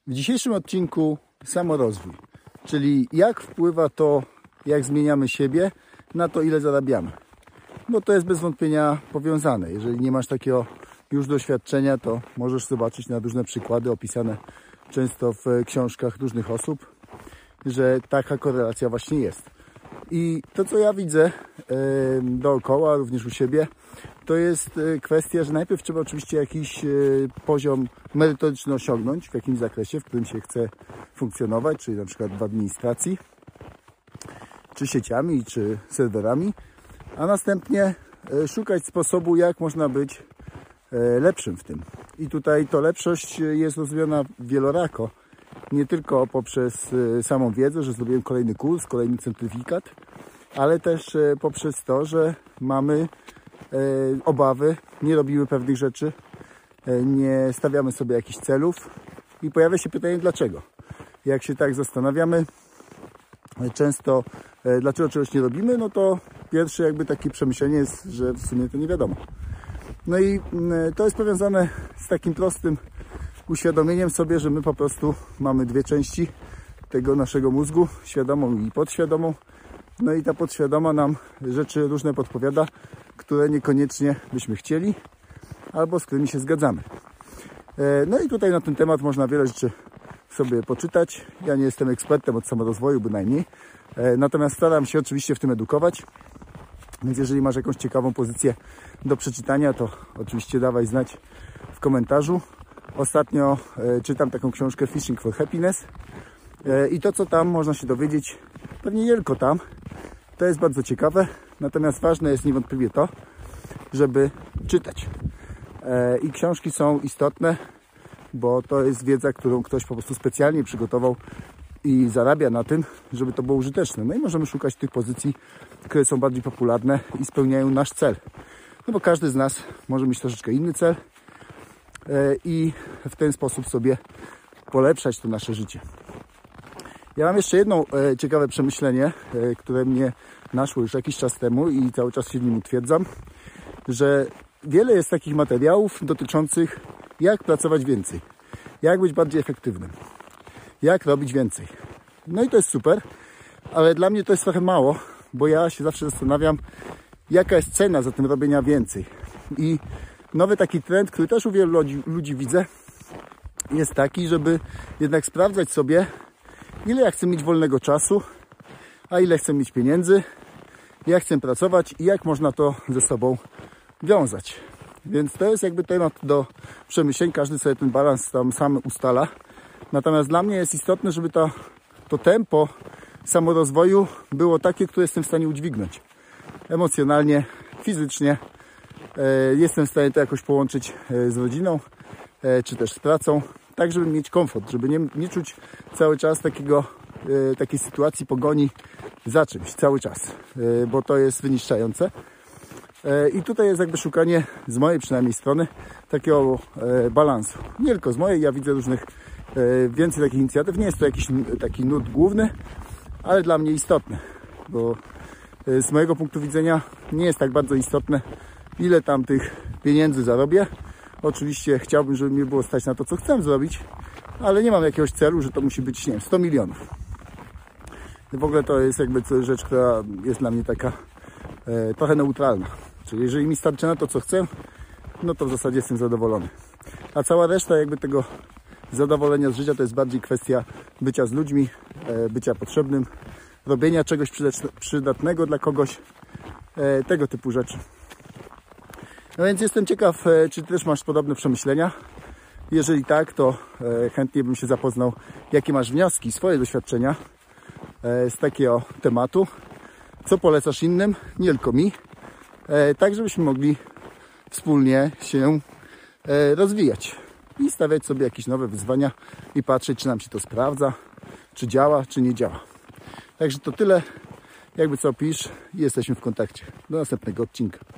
W dzisiejszym odcinku samorozwój, czyli jak wpływa to, jak zmieniamy siebie na to, ile zarabiamy. Bo to jest bez wątpienia powiązane. Jeżeli nie masz takiego już doświadczenia, to możesz zobaczyć na różne przykłady opisane często w książkach różnych osób, że taka korelacja właśnie jest. I to, co ja widzę dookoła, również u siebie, to jest kwestia, że najpierw trzeba oczywiście jakiś poziom merytoryczny osiągnąć w jakimś zakresie, w którym się chce funkcjonować, czyli na przykład w administracji, czy sieciami, czy serwerami, a następnie szukać sposobu, jak można być lepszym w tym. I tutaj to lepszość jest rozumiana wielorako, nie tylko poprzez samą wiedzę, że zrobiłem kolejny kurs, kolejny certyfikat, ale też poprzez to, że mamy obawy, nie robimy pewnych rzeczy, nie stawiamy sobie jakichś celów i pojawia się pytanie dlaczego. Jak się tak zastanawiamy często, dlaczego czegoś nie robimy, no to pierwsze jakby takie przemyślenie jest, że w sumie to nie wiadomo. No i to jest powiązane z takim prostym uświadomieniem sobie, że my po prostu mamy dwie części tego naszego mózgu, świadomą i podświadomą. No i ta podświadoma nam rzeczy różne podpowiada, które niekoniecznie byśmy chcieli, albo z którymi się zgadzamy. No i tutaj na ten temat można wiele rzeczy sobie poczytać. Ja nie jestem ekspertem od samorozwoju bynajmniej, natomiast staram się oczywiście w tym edukować. Więc jeżeli masz jakąś ciekawą pozycję do przeczytania, to oczywiście dawaj znać w komentarzu. Ostatnio czytam taką książkę Fishing for Happiness i to, co tam można się dowiedzieć, pewnie nie tylko tam, to jest bardzo ciekawe. Natomiast ważne jest niewątpliwie to, żeby czytać. I książki są istotne, bo to jest wiedza, którą ktoś po prostu specjalnie przygotował i zarabia na tym, żeby to było użyteczne. No i możemy szukać tych pozycji, które są bardziej popularne i spełniają nasz cel. No bo każdy z nas może mieć troszeczkę inny cel i w ten sposób sobie polepszać to nasze życie. Ja mam jeszcze jedno ciekawe przemyślenie, które mnie naszło już jakiś czas temu i cały czas się w nim utwierdzam, że wiele jest takich materiałów dotyczących jak pracować więcej, jak być bardziej efektywnym, jak robić więcej. No i to jest super, ale dla mnie to jest trochę mało, bo ja się zawsze zastanawiam, jaka jest cena za tym robienia więcej. I nowy taki trend, który też u wielu ludzi widzę, jest taki, żeby jednak sprawdzać sobie, ile ja chcę mieć wolnego czasu, a ile chcę mieć pieniędzy, jak chcę pracować i jak można to ze sobą wiązać. Więc to jest jakby temat do przemyśleń, każdy sobie ten balans tam sam ustala. Natomiast dla mnie jest istotne, żeby to tempo samorozwoju było takie, które jestem w stanie udźwignąć. Emocjonalnie, fizycznie. Jestem w stanie to jakoś połączyć z rodziną, czy też z pracą, tak żeby mieć komfort, żeby nie czuć cały czas takiej sytuacji pogoni za czymś, cały czas, bo to jest wyniszczające. I tutaj jest jakby szukanie, z mojej przynajmniej strony, takiego balansu. Nie tylko z mojej, ja widzę więcej takich inicjatyw. Nie jest to jakiś taki nurt główny, ale dla mnie istotny, bo z mojego punktu widzenia nie jest tak bardzo istotne, ile tam tych pieniędzy zarobię. Oczywiście chciałbym, żeby mnie było stać na to, co chcę zrobić, ale nie mam jakiegoś celu, że to musi być, nie wiem, 100 milionów. W ogóle to jest jakby rzecz, która jest dla mnie taka trochę neutralna. Czyli jeżeli mi starczy na to, co chcę, no to w zasadzie jestem zadowolony. A cała reszta jakby tego zadowolenia z życia to jest bardziej kwestia bycia z ludźmi, bycia potrzebnym, robienia czegoś przydatnego dla kogoś, tego typu rzeczy. No więc jestem ciekaw, czy też masz podobne przemyślenia. Jeżeli tak, to chętnie bym się zapoznał, jakie masz wnioski, swoje doświadczenia z takiego tematu. Co polecasz innym, nie tylko mi, tak żebyśmy mogli wspólnie się rozwijać i stawiać sobie jakieś nowe wyzwania i patrzeć, czy nam się to sprawdza, czy działa, czy nie działa. Także to tyle. Jakby co, pisz i jesteśmy w kontakcie. Do następnego odcinka.